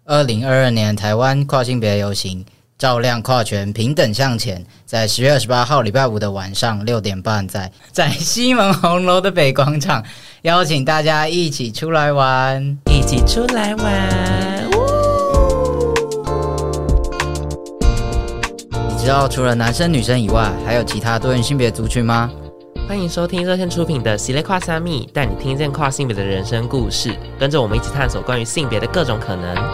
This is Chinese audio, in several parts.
2022年台湾跨性别游行照亮跨权平等向前，在10月28号礼拜五的晚上6点半在西门红楼的北广场，邀请大家一起出来玩， 一起出来玩。 你知道除了男生女生以外，还有其他多元性别族群吗？ 欢迎收听热线出品的喜类跨虾米，带你听见跨性别的人生故事，跟着我们一起探索关于性别的各种可能。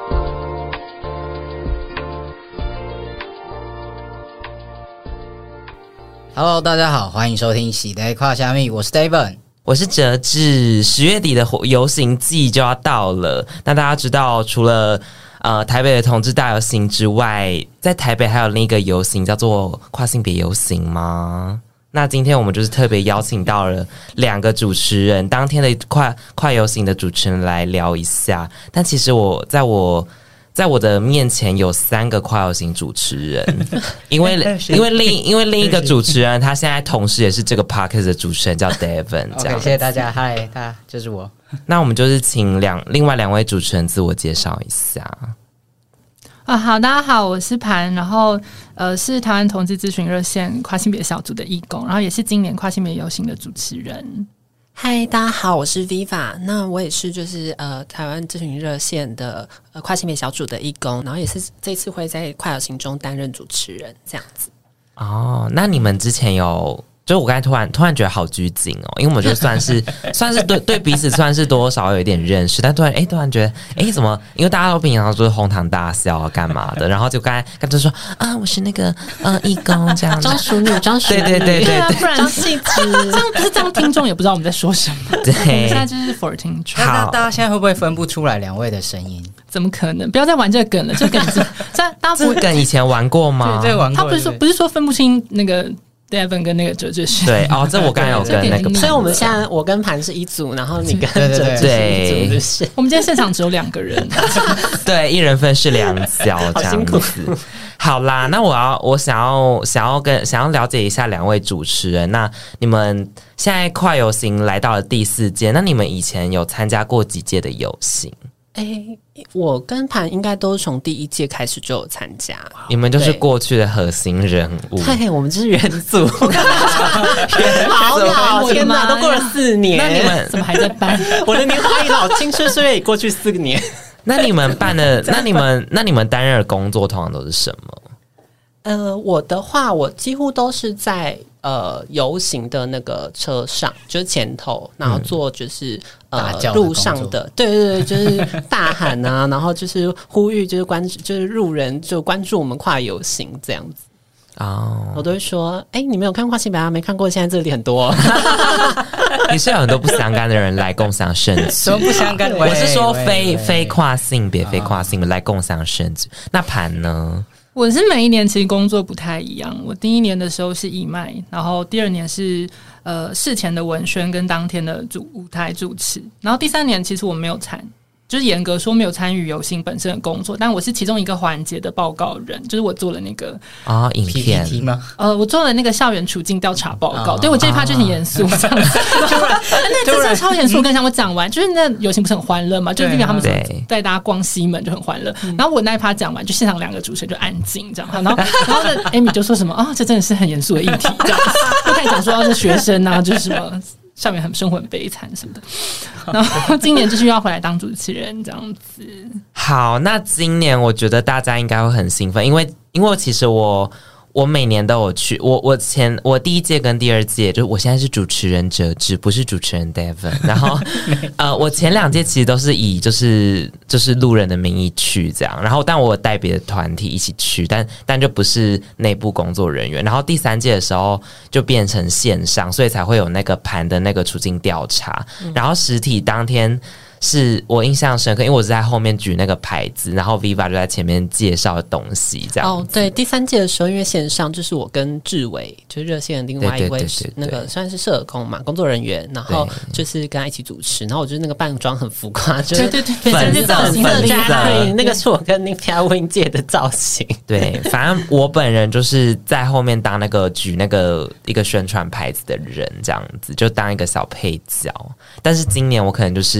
Hello， 大家好，欢迎收听喜类跨虾米，我是 David， 我是哲志。10月底的游行季就要到了，那大家知道除了台北的同志大游行之外，在台北还有另一个游行叫做跨性别游行吗？那今天我们就是特别邀请到了2个主持人，当天的跨游行的主持人来聊一下。但其实在我的面前有3个跨游行主持人，因为另一个主持人他现在同时也是这个 podcast 的主持人，叫 Devin。 OK， 谢谢大家，嗨，他就是我。 那我们就是请另外2位主持人自我介绍一下。 好，大家好，我是盘，然后是台湾同志咨询热线跨性别小组的义工，然后也是今年跨性别游行的主持人。 嗨，大家好，我是 Viva， 那我也是台湾咨询热线的跨性别小组的义工，然后也是这次会在跨游行中担任主持人这样子。 哦，那你们之前就是我刚才突然觉得好拘谨哦，因为我们就算是对彼此算是多少有一点认识，但突然觉得怎么？因为大家都平常都是哄堂大笑啊，干嘛的？然后就刚才就说我是那个义工这样， 张淑女， 对啊， 不然张细致， 这样听众也不知道我们在说什么。 对， 我们现在就是 for 听众。 大家现在会不会分不出来2位的声音？ 怎么可能？不要再玩这个梗了，这个梗大家这个梗以前玩过吗？ 对，这个玩过。 他不是说分不清那个。Devin 跟那个哲哲是对这我刚才有跟那个， 所以我们现在我跟盘是一组，然后你跟哲哲是一组，就是我们今天现场只有2个人， 对，一人分饰2角这样子。好啦，那我想要了解一下2位主持人，那你们现在跨游行来到了第4届，那你们以前有参加过几届的游行？ 我跟盘应该都是从第1届开始就有参加， 你们就是过去的核心人物。 对，我们就是元素，好老，天哪，都过了4年， 那你们怎么还在办？ 我的年华已老，青春岁月已过去4年。 那你们办的，那你们担任的工作通常都是什么？ 我的话，我几乎都是在游行的那个车上，就是前头，然后做就是路上的，对，就是大喊啊，然后就是呼吁，就是路人就关注我们跨游行这样子。我都会说，你没有看跨性别啊？没看过，现在这里很多。 你是有很多不相干的人来共享盛举， 什么不相干？ 我是说非跨性别来共享盛举。那盘呢？ 我是每一年其实工作不太一样。我第1年的时候是义卖，然后第2年是事前的文宣跟当天的舞台主持，然后第3年其实我没有就是严格说没有参与游行本身的工作，但我是其中一个环节的报告人，就是我做了那个影片 PPT 吗？ 我做了那个校园处境调查报告。对，我这一趴就很严肃，这样子。那真的超严肃。我跟你讲，我讲完就是那游行不是很欢乐嘛，就是因为他们带大家逛西门就很欢乐。然后我那一趴讲完，就现场2个主持人就安静这样。然后呢 ，Amy 就说什么这真的是很严肃的议题，这样就开始讲说是学生啊，就是什么。校园生活很悲惨什么的，然后今年就是要回来当主持人这样子。 好，那今年我觉得大家应该会很兴奋，因为其实我每年都有去，我第1届跟第2届，就是我现在是主持人哲志，不是主持人 Devin。然后我前2届其实都是以就是路人的名义去这样，然后但我有带别的团体一起去，但就不是内部工作人员。然后第3届的时候就变成线上，所以才会有那个盘的那个处境调查，然后实体当天。是我印象深刻，因为我是在后面举那个牌子，然后 Viva 就在前面介绍东西这样。 对，第3届的时候，因为线上就是我跟志伟，就是热线的另外一位那个算是社工嘛，工作人员，然后就是跟他一起主持，然后我就是那个扮装很浮夸，就是粉色， 那个是我跟 Nifty Win 界的造型。 对，反正我本人就是在后面当那个举那个一个宣传牌子的人，这样子就当一个小配角。但是今年我可能就是一样，就是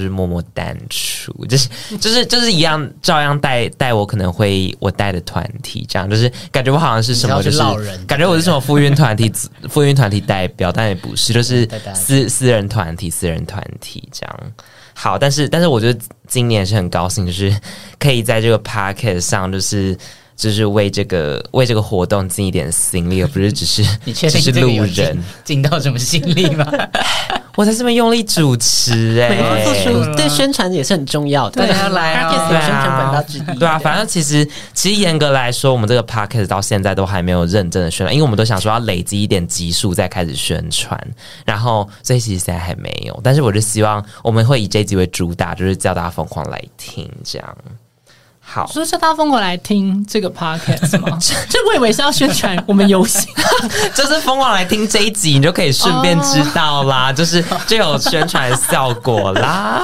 就是默默淡出，就是一样，照样带我可能会我带的团体，这样就是感觉我好像是什么，就是感觉我是什么妇运团体代表，但也不是，就是私人团体这样。好，但是我觉得今年是很高兴，就是可以在这个 podcast 上，就是为这个活动尽一点心力，而不是只是路人。 尽到什么心力吗？ 我在这边用力主持对宣传也是很重要的。 对啊，来啊， 宣传管道之一。 对啊，反正其实严格来说，我们这个 podcast 到现在都还没有认真的宣传，因为我们都想说要累积一点集数再开始宣传，然后所以其实现在还没有。但是我就希望我们会以这集为主打，就是叫大家疯狂来听这样。好， 所以是大家疯狂来听这个 podcast 吗？就我以为是要宣传我们游行， 就是疯狂来听这一集，你就可以顺便知道啦，就有宣传效果啦。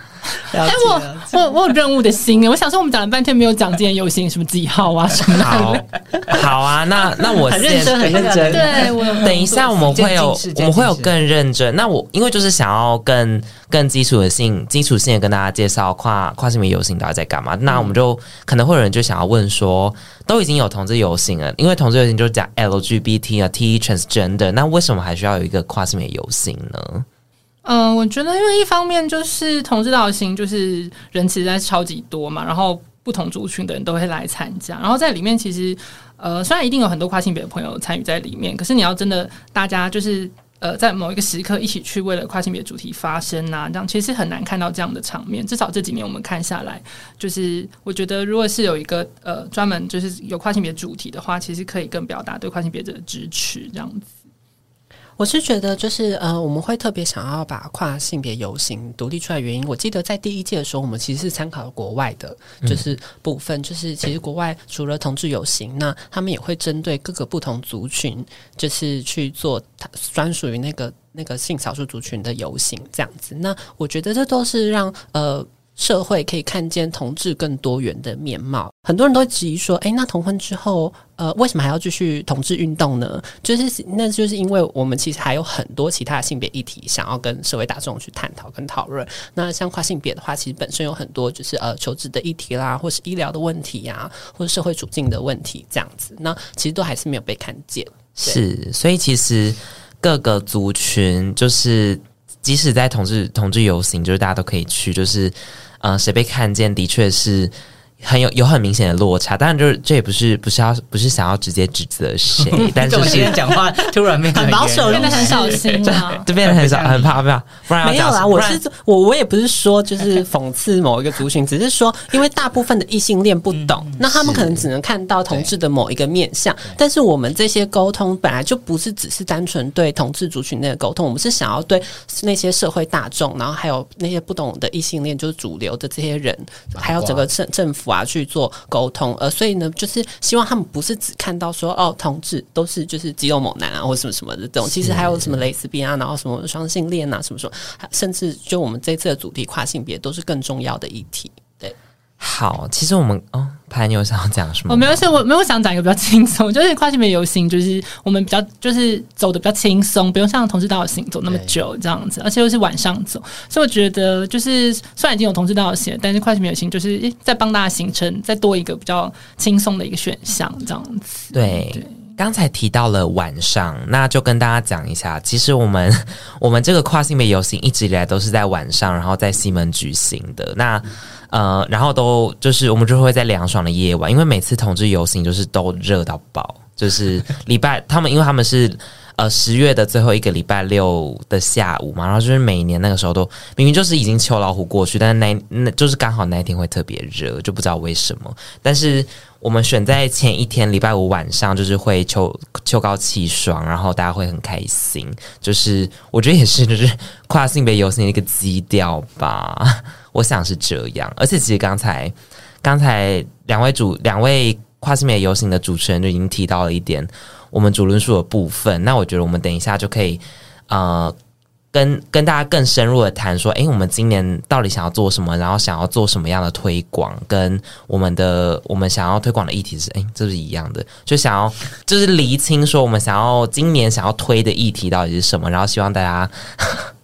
我有任务的心，我想说我们讲了半天没有讲今天游行什么几号啊什么的。 好啊，那我很认真， 对，我等一下我们会有更认真。那我因为就是想要更基础性的跟大家介绍跨性别游行到底在干嘛。那我们就可能会有人就想要问说，都已经有同志游行了，因为同志游行就是讲 LGBT 啊 T transgender， 那为什么还需要有一个跨性别游行呢？ 我觉得因为一方面就是同志游行就是人其实在超级多嘛，然后不同族群的人都会来参加，然后在里面其实虽然一定有很多跨性别的朋友参与在里面，可是你要真的大家就是在某一个时刻一起去为了跨性别主题发声啊，这样其实很难看到这样的场面。至少这几年我们看下来，就是我觉得如果是有一个专门就是有跨性别主题的话，其实可以更表达对跨性别者的支持这样子。 我是觉得就是我们会特别想要把跨性别游行独立出来的原因，我记得在第一届的时候，我们其实是参考了国外的，就是部分，就是其实国外除了同志游行，那他们也会针对各个不同族群，就是去做专属于那个性少数族群的游行这样子。那我觉得这都是让社会可以看见同志更多元的面貌。很多人都质疑说，那同婚之后为什么还要继续同志运动呢？那就是因为我们其实还有很多其他的性别议题想要跟社会大众去探讨跟讨论。那像跨性别的话，其实本身有很多就是求职的议题啦，或是医疗的问题啊，或是社会处境的问题这样子，那其实都还是没有被看见。 是，所以其实各个族群就是即使在同志游行，就是大家都可以去，就是谁被看见的确是有很明显的落差，当然就是这也不是想要直接指责谁，但是今天讲话突然变得很保守， 变得很小心啊， 就变得很怕，不然没有啦。我也不是说就是讽刺某一个族群，只是说因为大部分的异性恋不懂，那他们可能只能看到同志的某一个面向，但是我们这些沟通本来就不是只是单纯对同志族群内的沟通，我们是想要对那些社会大众，然后还有那些不懂的异性恋，就是主流的这些人，还有整个政府去做沟通，所以呢，就是希望他们不是只看到说同志都是就是肌肉猛男啊，或什么什么的这种，其实还有什么蕾丝边啊，然后什么双性恋啊，什么什么，甚至就我们这次的主题跨性别都是更重要的议题。对， 好，其实我们潘妞想要讲什么？ 我没有想讲一个比较轻松，就是跨性别游行，就是我们比较就是走的比较轻松，不用像同志大游行走那么久这样子，而且又是晚上走，所以我觉得就是虽然已经有同志大游行，但是跨性别游行就是在帮大家行程再多一个比较轻松的一个选项这样子。 对。刚才提到了晚上，那就跟大家讲一下，其实我们这个跨性别游行一直以来都是在晚上，然后在西门举行的。那然后都就是我们就会在凉爽的夜晚，因为每次同志游行就是都热到爆，就是因为他们是10月的最后一个礼拜六的下午嘛，然后就是每一年那个时候都明明就是已经秋老虎过去，但是那就是刚好那一天会特别热，就不知道为什么。但是我们选在前一天礼拜五晚上，就是会秋高气爽，然后大家会很开心，就是我觉得也是就是跨性别游行的一个基调吧，我想是这样。而且其实刚才两位跨性别游行的主持人就已经提到了一点我们主论述的部分，那我觉得我们等一下就可以跟大家更深入的谈说，我们今年到底想要做什么，然后想要做什么样的推广，跟我们想要推广的议题是这是一样的，就想要就是厘清说我们今年想要推的议题到底是什么，然后希望大家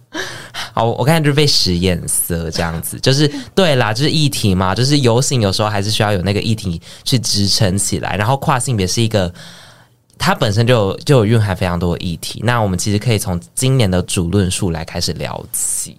好，我看就是被使眼色这样子，就是对啦，就是议题嘛，就是游行有时候还是需要有那个议题去支撑起来，然后跨性别是一个。它本身就有蕴含非常多的议题，那我们其实可以从今年的主论述来开始聊起。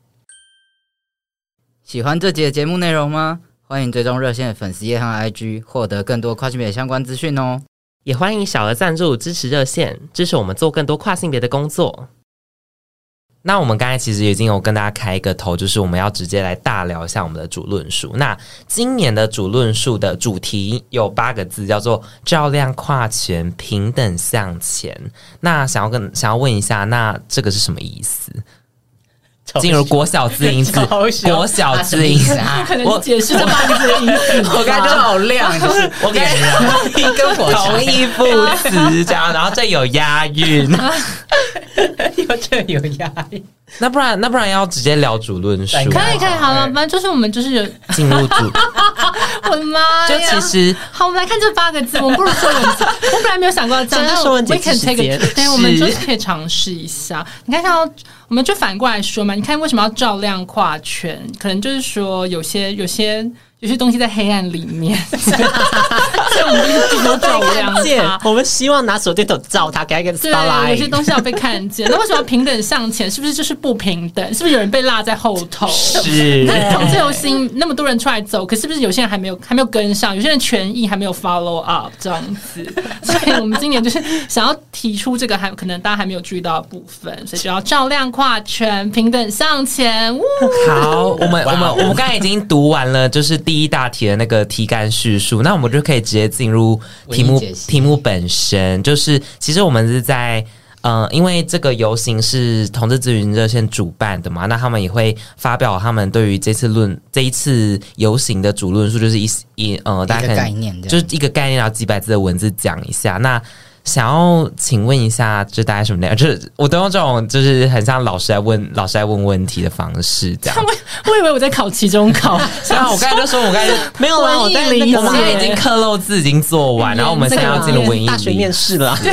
喜欢这集的节目内容吗？欢迎追踪热线的粉丝页和 IG， 获得更多跨性别相关资讯哦。 也欢迎小额赞助支持热线，支持我们做更多跨性别的工作。 那我们刚才其实已经有跟大家开一个头，就是我们要直接来大聊一下我们的主论述。那今年的主论述的主题有8个字，叫做照亮跨权，平等向前。那想要问一下，那这个是什么意思？进入国小字音字，国小字音字， 可能解释这8个字的意思。 我感觉好亮，就是我感觉一根火同义副词这样，然后这有押韵， 这有押韵。 那不然要直接聊主论述？ 可以，好了，反正就是我们就是有进入主， 我的妈呀！ 就其实好，我们来看这8个字，我们不如说文字。我本来没有想过要这样，但是我们就是可以尝试一下。你看我们就反过来说嘛，你看为什么要照亮跨权？可能就是说有些东西在黑暗里面，所以我们就是多照亮它。 我们希望拿手电筒照它，给它一个 spotlight。 对，有些东西要被看见。那为什么要平等向前？是不是就是不平等？是不是有人被落在后头？ 是。 那同志游行那么多人出来走，可是不是有些人还没有跟上？有些人权益还没有 follow up 这样子。所以我们今年就是想要提出这个可能大家还没有注意到的部分，所以就要照亮跨权，平等向前。 好，我们刚才已经读完了，就是第一大题的那个题干叙述，那我们就可以直接进入题目本身。就是其实我们是在因为这个游行是同志咨询热线主办的嘛，那他们也会发表他们对于这一次游行的主论述，就是大家可能就是一个概念，然后几百字的文字讲一下。那想要请问一下，这大概什么内容？就是我都用这种就是很像老师在问问题的方式，这样。 我以为我在考期中考， 我刚才就说，我刚才没有啦，我在那个我们现在已经刻漏字已经做完，然后我们现在要进入文艺大学面试了。 对，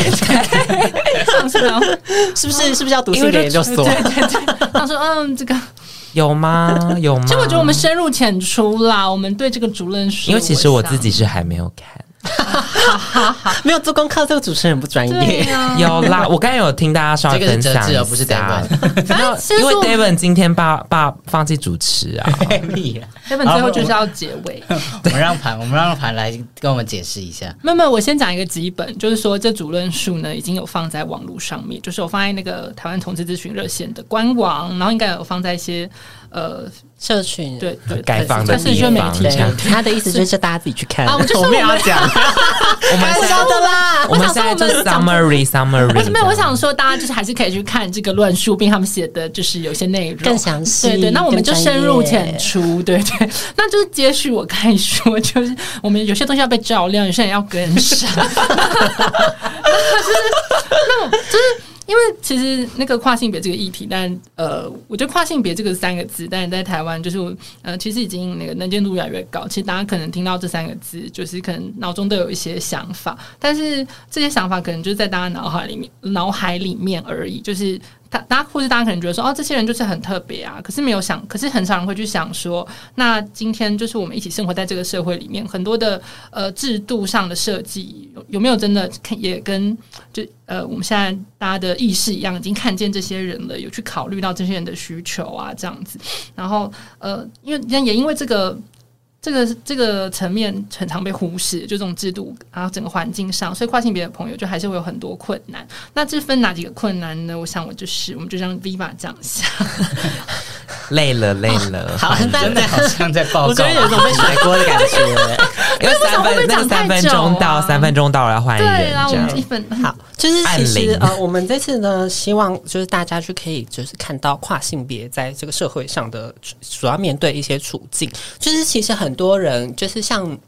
是不是要读性别研究所？ 对。他说这个。 有吗？其实我觉得我们深入浅出啦，我们对这个主论述， 因为其实我自己是还没有看。 没有做功课，这个主持人不专业。 有啦，我刚才有听大家稍微分享一下， 不是 David， 因为 David 今天爸放弃主持啊。 David 最后就是要结尾。 我们让盘来跟我们解释一下。 没有，我先讲一个基本，就是说这主论述呢已经有放在网络上面，就是我放在那个台湾同志咨询热线的官网，然后应该有放在一些社群对该放的地方。 他的意思就是大家自己去看啊，我没有讲。 我们说的啦， 我们现在就是 summary。 没有，我想说大家就是还是可以去看这个论述，并他们写的就是有些内容更详细。 对，那我们就深入浅出，对，那就是接续我刚才说，就是我们有些东西要被照亮，有些人要跟上。就是因为其实那个跨性别这个议题，但我觉得跨性别这个3个字，但是在台湾就是其实已经那个能见度越来越高。其实大家可能听到这3个字，就是可能脑中都有一些想法，但是这些想法可能就是在大家脑海里面而已，就是大家或是大家可能觉得说这些人就是很特别啊，可是很少人会去想说，那今天就是我们一起生活在这个社会里面，很多的制度上的设计有没有真的也跟我们现在大家的意识一样，已经看见这些人了，有去考虑到这些人的需求啊，这样子。然后因为这个层面很常被忽视，就这种制度，然后整个环境上，所以跨性别的朋友就还是会有很多困难。那这分哪几个困难呢？我想我们就让 Viva 讲一下。 累了。 好，真的好像在报告， 我觉得有一种被甩锅的感觉。 因为3分钟到了，要换人。 对啊，我们1分好，就是其实我们这次呢，希望就是大家就可以就是看到跨性别在这个社会上的主要面对一些处境，就是其实很多人就是像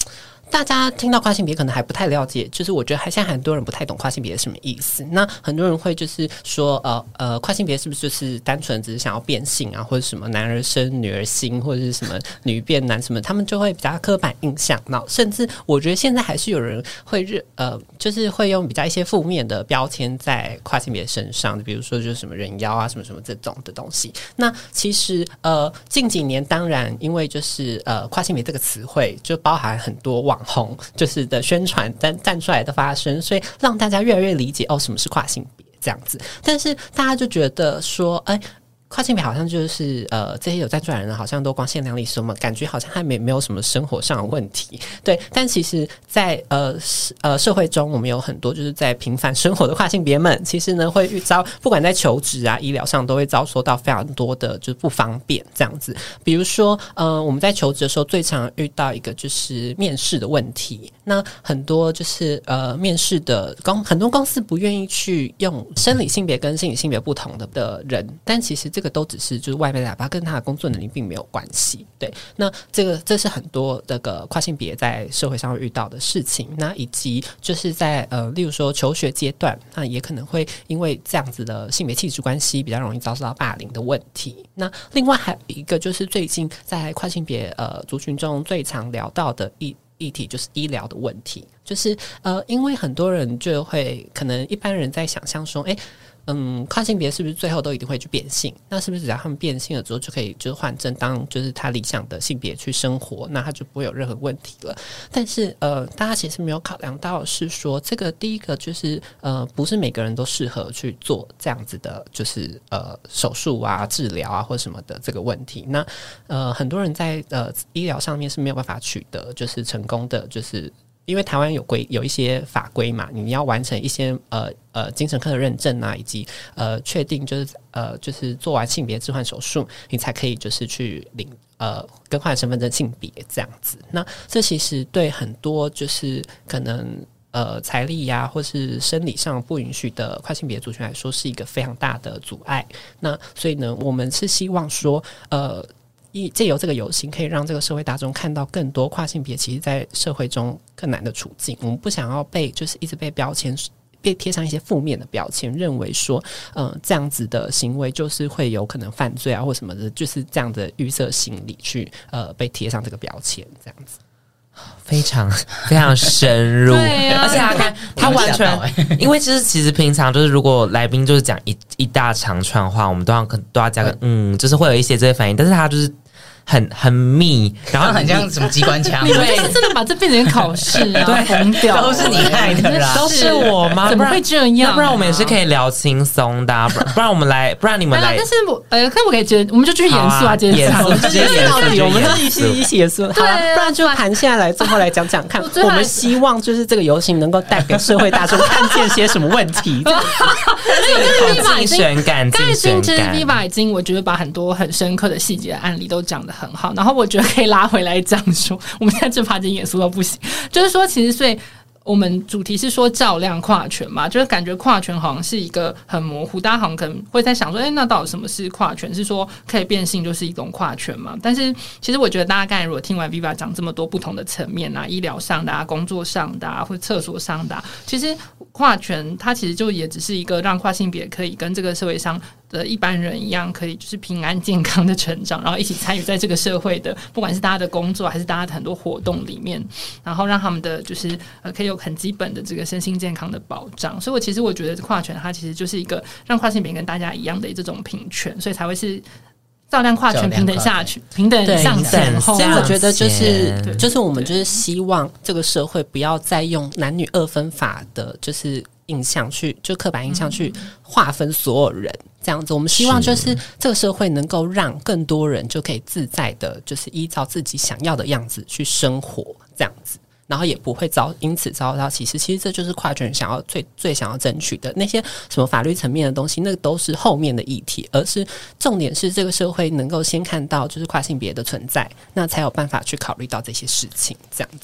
大家听到跨性别可能还不太了解，就是我觉得现在很多人不太懂跨性别是什么意思。那很多人会就是说跨性别是不是就是单纯只是想要变性啊，或者什么男儿生女儿心，或者是什么女变男什么，他们就会比较刻板印象。那甚至我觉得现在还是有人会就是会用比较一些负面的标签在跨性别身上，比如说就是什么人妖啊什么什么这种的东西。那其实近几年当然因为就是跨性别这个词汇就包含很多网红就是的宣传站出来的发生，所以让大家越来越理解什么是跨性别这样子。但是大家就觉得说跨性别好像就是这些有站出来的人好像都光鲜亮丽，什么感觉好像还没有什么生活上的问题。对，但其实在社会中我们有很多就是在平凡生活的跨性别们，其实呢会遇到不管在求职啊医疗上都会遭受到非常多的就是不方便这样子。比如说我们在求职的时候最常遇到一个就是面试的问题，那很多就是面试的很多公司不愿意去用生理性别跟心理性别不同的人，但其实这个都只是就是外面的喇叭，跟他的工作能力并没有关系。对，那这是很多这个跨性别在社会上会遇到的事情。那以及就是在例如说求学阶段，那也可能会因为这样子的性别气质关系比较容易遭受到霸凌的问题。那另外还有一个就是最近在跨性别族群中最常聊到的议题就是医疗的问题，就是因为很多人就会可能一般人在想象说跨性别是不是最后都一定会去变性？那是不是只要他们变性了之后就可以就是换正当就是他理想的性别去生活，那他就不会有任何问题了？但是大家其实没有考量到的是说，这个第一个就是不是每个人都适合去做这样子的，就是手术啊、治疗啊或什么的这个问题。那很多人在医疗上面是没有办法取得就是成功的，就是因为台湾有一些法规嘛，你要完成一些精神科的认证啊，以及确定就是做完性别置换手术，你才可以就是去领更换身份证性别这样子。那这其实对很多就是可能财力呀或是生理上不允许的跨性别族群来说，是一个非常大的阻碍。那所以呢，我们是希望说借由这个游行可以让这个社会大众看到更多跨性别其实在社会中更难的处境。我们不想要就是一直被标签被贴上一些负面的标签，认为说这样子的行为就是会有可能犯罪啊或什么的，就是这样的预设心理去被贴上这个标签这样子。 非常非常深入， 对啊， 而且他完全，因为其实平常就是如果来宾就是讲一大长串话，我们都要加个就是会有一些这些反应，但是他就是很密，然后很像什么机关枪， 你们就是真的把这变成考试啊，疯掉， 都是你害的啦， 都是我吗？ 怎么会这样？ 要不然我们也是可以聊轻松的，不然我们来，不然你们来。 但是可我可以觉得，我们就继续严肃啊，接着讲， 我们就一起严肃，好，不然就盘下来，最后来讲讲看，我们希望就是这个游行能够带给社会大众看见些什么问题。 竞选感， 其实 Viva 已经我觉得把很多很深刻的细节案例都讲得很好，然后我觉得可以拉回来讲说，我们现在这趴真严肃到不行，就是说其实所以我们主题是说照亮跨权嘛，就是感觉跨权好像是一个很模糊，大家好像可能会在想说，那到底什么是跨权？是说可以变性就是一种跨权嘛？但是其实我觉得大家刚才如果听完 Viva 讲这么多不同的层面啊，医疗上的啊、工作上的啊，或者厕所上的啊，其实跨权它其实就也只是一个让跨性别可以跟这个社会上的一般人一样，可以就是平安健康的成长，然后一起参与在这个社会的，不管是大家的工作还是大家的很多活动里面，然后让他们的就是可以有很基本的这个身心健康的保障。所以我觉得跨权它其实就是一个让跨性别跟大家一样的这种平权，所以才会是照亮跨权平等下去，平等向前。 所以我觉得就是我们就是希望这个社会不要再用男女二分法的就是印象去就刻板印象去划分所有人这样子。我们希望就是这个社会能够让更多人就可以自在的就是依照自己想要的样子去生活这样子，然后也不会因此遭到歧视。其实这就是跨权想要最想要争取的那些什么法律层面的东西，那个都是后面的议题，而是重点是这个社会能够先看到就是跨性别的存在，那才有办法去考虑到这些事情这样子。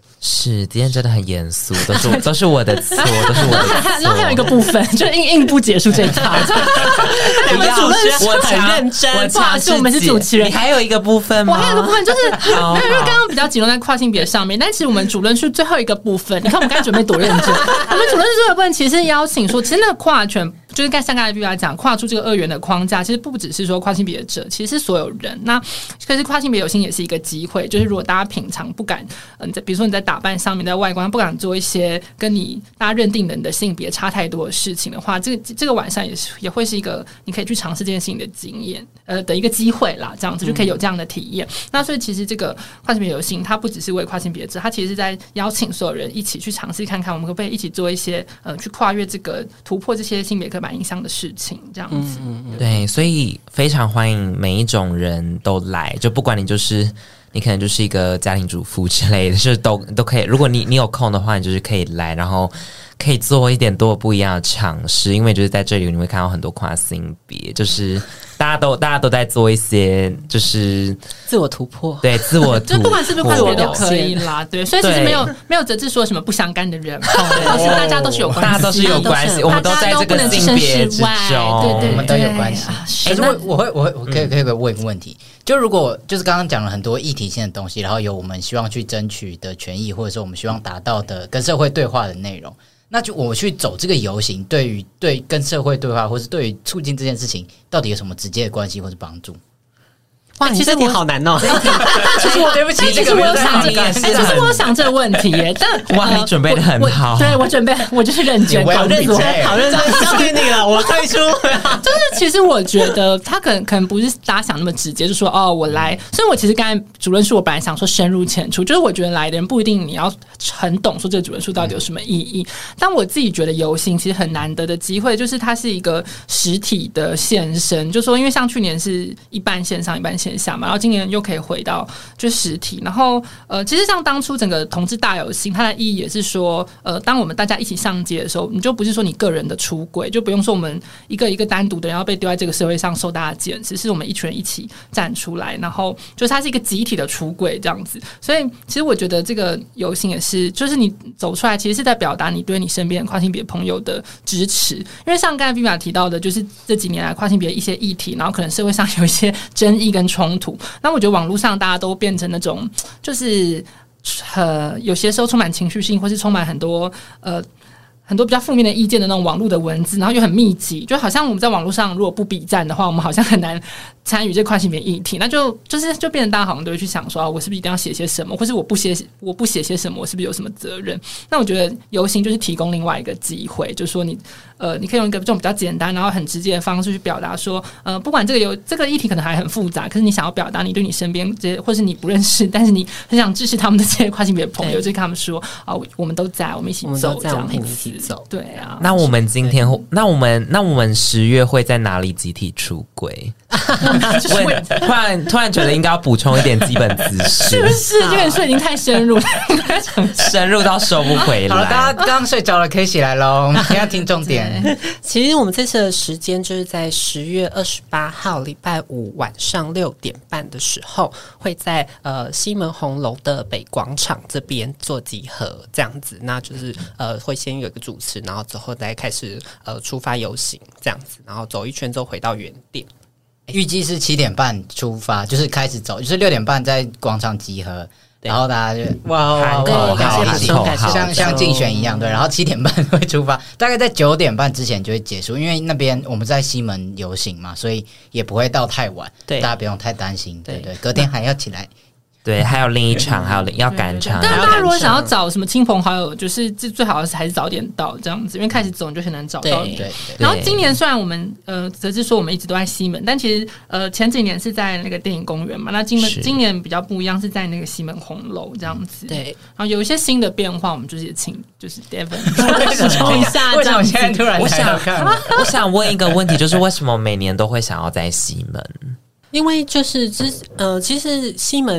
是，今天真的很严肃，都是我的错，都是我的错。 然后还有一个部分，就是硬不结束这一趴。 你们主任我很认真， 不好意思，我们是主持人。 你还有一个部分吗？ 我还有一个部分就是，因为刚刚比较集中在跨性别上面，但其实我们主任是最后一个部分。你看我们刚才准备多认真。我们主任是最后一个部分，其实邀请说，其实那个跨权。就是像刚才比如来讲，跨出这个2元的框架，其实不只是说跨性别者，其实是所有人。那可是跨性别有心也是一个机会，就是如果大家平常不敢，比如说你在打扮上面，在外观不敢做一些跟大家认定的你的性别差太多的事情的话，这个晚上也会是一个你可以去尝试这件事情的经验，的一个机会啦。这样子就可以有这样的体验。那所以其实这个跨性别有心，它不只是为跨性别者，它其实是在邀请所有人一起去尝试看看，我们可不可以一起做一些去跨越这个突破这些性别刻板印象的事情，这样子。 对，所以非常欢迎每一种人都来，就不管你可能就是一个家庭主妇之类的，就是都可以。如果你有空的话，你就是可以来，然后可以做一点多不一样的尝试，因为就是在这里你会看到很多跨性别，就是大家都在做一些就是自我突破， 对，自我突破， 就不管是不是跨性别都可以啦，对，所以其实没有哲志说什么不相干的人，大家都是有关系， 大家都是有关系，我们都在这个性别之中， 对， 我们都有关系。可是我可以问一个问题，就如果就是刚刚讲了很多议题性的东西，然后有我们希望去争取的权益，或者说我们希望达到的跟社会对话的内容。那就我去走这个游行，对跟社会对话，或是对于促进这件事情，到底有什么直接的关系或是帮助？ 哇，你这题好难哦！ 其实对不起， 其实我有想这个，其实我有想这个问题耶。但哇，你准备的很好， 对我准备，我就是认真， 好认真， 好认真，交给你了，我退出。 就是其实我觉得他可能不是大家想那么直接，就说哦我来。所以我其实刚才主任说，我本来想说深入浅出，就是我觉得来的人不一定你要很懂说这个主任数到底有什么意义。但我自己觉得游行其实很难得的机会，就是它是一个实体的现身，就说因为像去年是一半线上一半线下嘛，然后今年又可以回到就实体，然后其实像当初整个同志大游行，它的意义也是说，当我们大家一起上街的时候，你就不是说你个人的出轨，就不用说我们一个一个单独的人要被丢在这个社会上受大家检视，是我们一群人一起站出来，然后就是它是一个集体的出轨这样子。所以其实我觉得这个游行也是，就是你走出来，其实是在表达你对你身边跨性别朋友的支持，因为像刚才 Viviya 提到的，就是这几年来跨性别一些议题，然后可能社会上有一些争议跟冲突。那我觉得网络上大家都变成那种，就是有些时候充满情绪性，或是充满很多比较负面的意见的那种网络的文字，然后又很密集，就好像我们在网络上如果不比战的话，我们好像很难参与这跨性别议题，那就变成大家好像都会去想说，我是不是一定要写些什么，或是我不写些什么，我是不是有什么责任？那我觉得游行就是提供另外一个机会，就是说你可以用一个这种比较简单然后很直接的方式去表达说，不管这个议题可能还很复杂，可是你想要表达你对你身边这些，或是你不认识但是你很想支持他们的这些跨性别朋友，就跟他们说我们都在，我们一起走，这样子。对啊， 那我们今天，那我们10月会在哪里集体出轨？突然觉得应该要补充一点基本知识， 是不是？这个说已经太深入了， 深入到收不回来。 好了，大家刚刚睡着了，可以起来喽。现在听重点。 其实我们这次的时间就是在10月28号礼拜五晚上6点半的时候，会在西门红楼的北广场这边做集合，这样子。那就是会先有一个主持，然后之后再开始出发游行这样子，然后走一圈之后回到原点。 预计是7点半出发，就是开始走，就是6点半在广场集合，然后大家就哇，像竞选一样，对，然后7点半会出发，大概在9点半之前就会结束，因为那边我们在西门游行嘛，所以也不会到太晚，大家不用太担心，对，隔天还要起来。 对，还有另一场，还有要赶场。 但大家如果想要找什么亲朋好友，就是最好还是早点到这样子，因为开始走你就很难找到你。对。然后今年虽然我们则是说我们一直都在西门，但其实前几年是在那个电影公园嘛。那今年比较不一样，是在那个西门红楼这样子。对。然后有一些新的变化，我们就是也请就是 Devin 说一下。 为什么现在突然我想问一个问题，就是为什么每年都会想要在西门？ 因为就是其实西门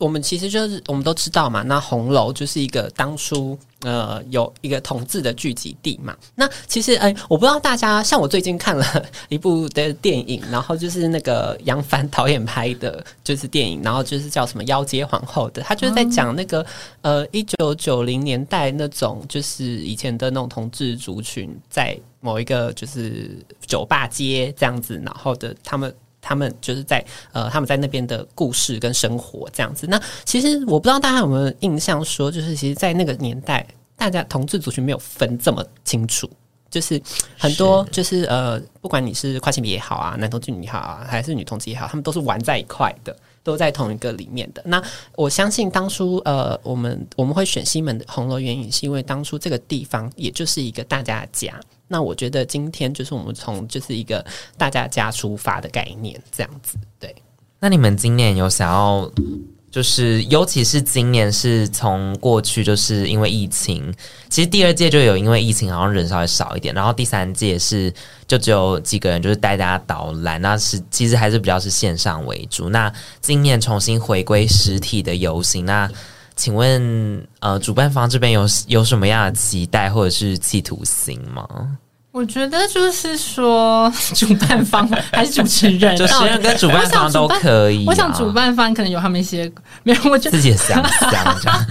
我们其实就是我们都知道嘛，那红楼就是一个当初有一个同志的聚集地嘛。那其实我不知道大家，像我最近看了一部的电影，然后就是那个杨凡导演拍的，就是电影，然后就是叫什么《妖街皇后》的，他就是在讲那个1990年代那种就是以前的那种同志族群在某一个就是酒吧街这样子，然后的他们就是在他们在那边的故事跟生活这样子。那其实我不知道大家有没有印象说，就是其实在那个年代，大家同志族群没有分这么清楚，就是很多就是不管你是跨性别也好啊，男同志女好啊，还是女同志也好，他们都是玩在一块的，都在同一个里面的。那我相信当初我们会选西门的红楼原因，是因为当初这个地方也就是一个大家的家。那我觉得今天就是我们从就是一个大家家出发的概念这样子。对， 那你们今年有想要就是尤其是今年是从过去就是因为疫情，其实第2届就有因为疫情好像人稍微少一点，然后第3届是就只有几个人就是带大家导览，那是其实还是比较是线上为主。那今年重新回归实体的游行，那请问主办方这边有什么样的期待或者是企图心吗？ 我觉得就是说，主办方还是主持人， 主持人跟主办方都可以、啊。 我想主办方可能有他们一些没有，我觉得自己也想这样。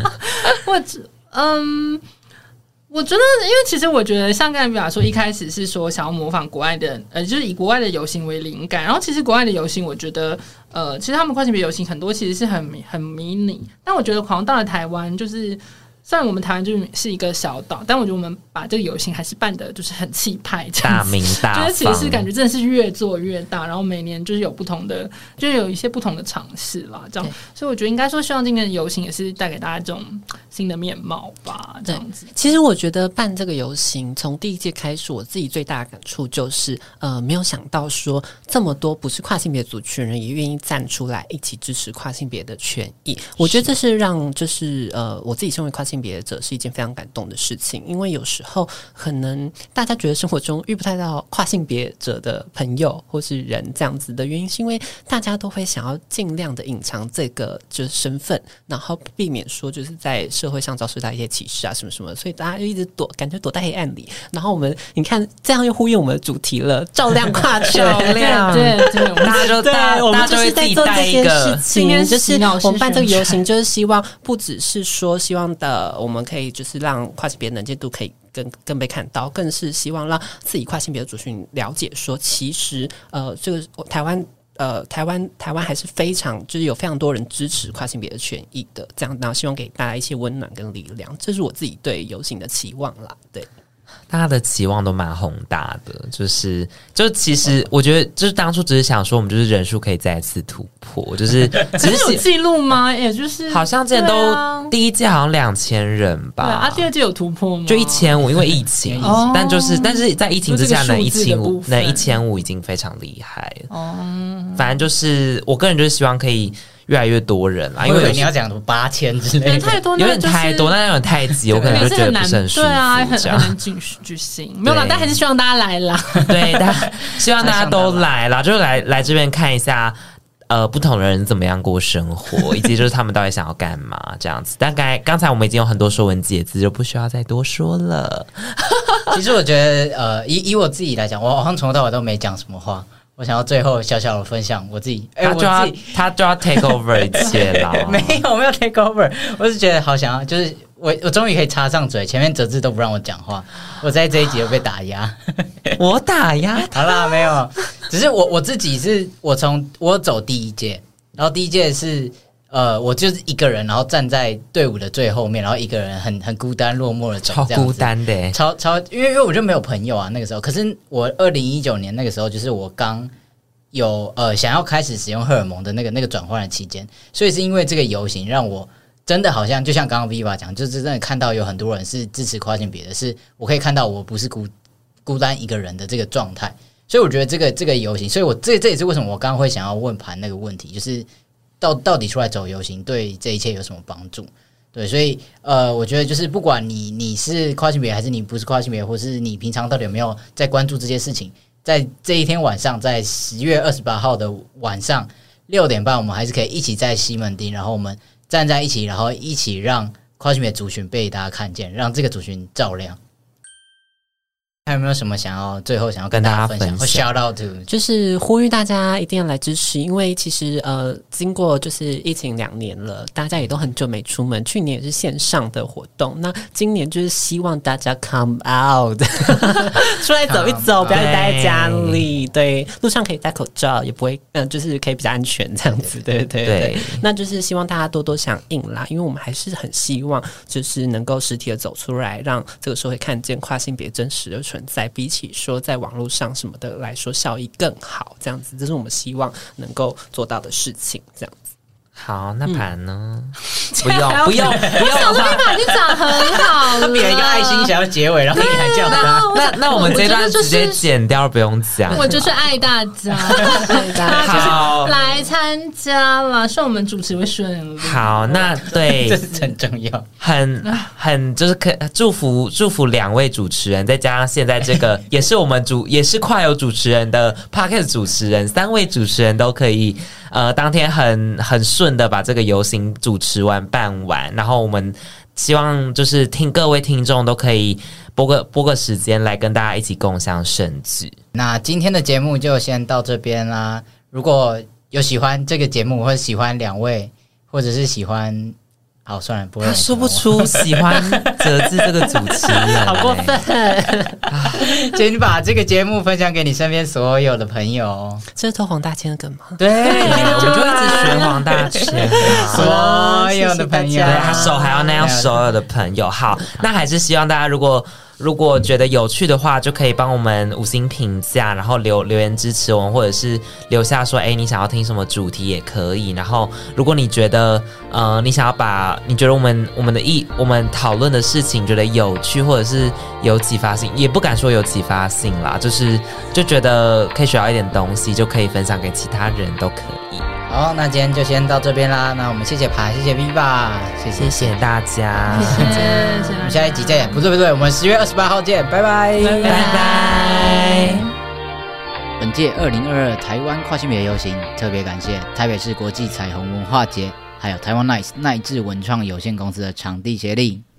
我觉得，因为其实我觉得，像刚才比方说，一开始是说想要模仿国外的，就是以国外的游行为灵感。然后，其实国外的游行，我觉得，其实他们跨性别游行很多其实是很迷你，但我觉得好像到了台湾，就是虽然我们台湾就是一个小岛，但我觉得我们把这个游行还是办的就是很气派， 大名大放， 就是其实是感觉真的是越做越大，然后每年就是有不同的，就是有一些不同的尝试啦，这样。所以我觉得应该说，希望今年的游行也是带给大家这种新的面貌吧，这样子。 其实我觉得办这个游行，从第1届开始，我自己最大的感触就是，没有想到说这么多不是跨性别族群人也愿意站出来一起支持跨性别的权益。我觉得这是让就是我自己身为跨性别者是一件非常感动的事情，因为有时候可能大家觉得生活中遇不太到跨性别者的朋友或是人这样子的原因，是因为大家都会想要尽量的隐藏这个就是身份，然后避免说就是在社会上遭受到一些歧视啊什么什么，所以大家就一直感觉躲在黑暗里。然后我们你看这样又呼应我们的主题了，照亮跨权， 照亮， 对， 大家就会自己带一个事情，就是我们办这个游行，就是希望不只是说希望的我们可以就是让跨性别能见度可以更被看到，更是希望让自己跨性别的族群了解说，其实这个台湾还是非常就是有非常多人支持跨性别的权益的，这样然后希望给大家一些温暖跟力量，这是我自己对游行的期望啦。对， 大家的期望都蛮宏大的，就其实我觉得就是当初只是想说我们就是人数可以再一次突破，就是只是有记录吗？也就是好像之前都第1届好像2000人吧， 对啊，第2届有突破吗？ 就1500，因为疫情，但是在疫情之下能1500已经非常厉害了。反正就是我个人就是希望可以越来越多人啦，因为你要讲什么8000之类的， 太多， 有点太多，但有点太急，我可能就觉得不是很舒服。 对啊，很难举行，没有啦，但还是希望大家来啦。对， 希望大家都来啦，就来这边看一下。不同的人怎么样过生活，以及就是他们到底想要干嘛这样子。但刚才我们已经有很多说文解字，就不需要再多说了。 其实我觉得，以我自己来讲，我好像从头到尾都没讲什么话。我想要最后小小的分享我自己， 他就要 take over 一切啦。 没有 take over， 我是觉得好想要，就是我终于可以插上嘴，前面哲志都不让我讲话，我在这一集又被打压。 我打压他？ 好啦，没有，只是我自己是我走第1届，然后第1届是我就是一个人，然后站在队伍的最后面，然后一个人很孤单落寞的走， 超孤单的， 超因为我就没有朋友啊那个时候。可是我2019年那个时候，就是我刚有想要开始使用荷尔蒙的那个转换的期间，所以是因为这个游行让我真的好像就像刚刚 Viva 讲，就是真的看到有很多人是支持跨性别的，是我可以看到我不是孤单一个人的这个状态。所以我觉得这个游行，所以我这也是为什么我刚刚会想要问盘那个问题，就是到底出来走游行对这一切有什么帮助？对，所以我觉得就是不管你是跨性别还是你不是跨性别，或是你平常到底有没有在关注这些事情，在这一天晚上，在10月28号的晚上6点半，我们还是可以一起在西门町，然后我们站在一起，然后一起让跨性别族群被大家看见，让这个族群照亮。还有没有什么最后想要跟大家分享或 shout out to？ 就是呼吁大家一定要来支持，因为其实经过就是疫情2年了，大家也都很久没出门，去年也是线上的活动，那今年就是希望大家 come out 出来走一走，不要待在家里，对，路上可以戴口罩，也不会就是可以比较安全这样子，对，那就是希望大家多多响应啦，因为我们还是很希望就是能够实体的走出来，让这个社会看见跨性别真实的存在，比起说在网络上什么的来说效益更好，这样子，这是我们希望能够做到的事情，这样子。 好，那盘呢？不用， 我想说那盘已经长很好了， 他比了一个爱心想要结尾，然后你还叫他。 那我们这段直接剪掉，不用讲。 我就是爱大家，大家就是来参加了，希望我们主持会顺利。 好，那对， 这是很重要， 很就是祝福2位主持人，再加上现在这个也是我们也是跨有主持人的 Podcast 主持人，3位主持人都可以当天很顺的把这个游行主持完办完，然后我们希望就是各位听众都可以拨个时间来跟大家一起共享盛举。 那今天的节目就先到这边啦。如果有喜欢这个节目，或者喜欢2位，或者是喜欢，好算了，不会。 他说不出喜欢哲志这个主持人， 好过分！ 请把这个节目分享给你身边所有的朋友。 这是偷黄大千的梗吗？ 对， 我们就一直学黄大千， 所有的朋友， 对，他手还要那样，所有的朋友。好，那还是希望大家如果觉得有趣的话，就可以帮我们5星评价，然后留言支持我们，或者是留下说，你想要听什么主题也可以。然后，如果你觉得你想要你觉得我们讨论的事情觉得有趣，或者是有启发性，也不敢说有启发性啦，就觉得可以学到一点东西，就可以分享给其他人都可以。 好，那今天就先到这边啦。那我们谢谢盘，谢谢 V 吧， 谢谢大家， 谢谢。 我们下一集见，不对，我们10月28号见，拜拜， 拜拜。 本届2022台湾跨性别游行，特别感谢台北市国际彩虹文化节，还有台湾 Nice 奈智文创有限公司的场地协力。